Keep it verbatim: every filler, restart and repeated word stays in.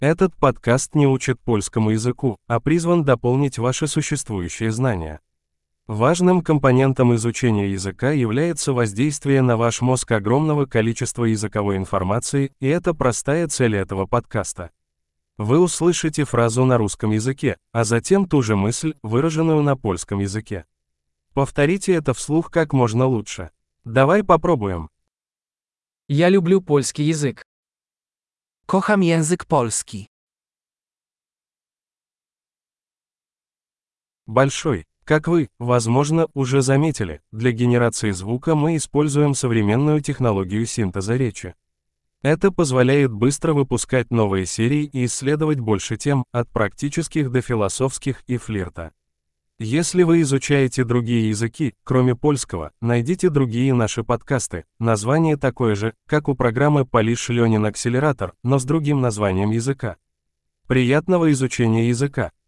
Этот подкаст не учит польскому языку, а призван дополнить ваши существующие знания. Важным компонентом изучения языка является воздействие на ваш мозг огромного количества языковой информации, и это простая цель этого подкаста. Вы услышите фразу на русском языке, а затем ту же мысль, выраженную на польском языке. Повторите это вслух как можно лучше. Давай попробуем. Ja lubię polski język. Kocham język polski. Большой. Как вы, возможно, уже заметили, для генерации звука мы используем современную технологию синтеза речи. Это позволяет быстро выпускать новые серии и исследовать больше тем, от практических до философских и флирта. Если вы изучаете другие языки, кроме польского, найдите другие наши подкасты. Название такое же, как у программы Polish Learning Accelerator, но с другим названием языка. Приятного изучения языка!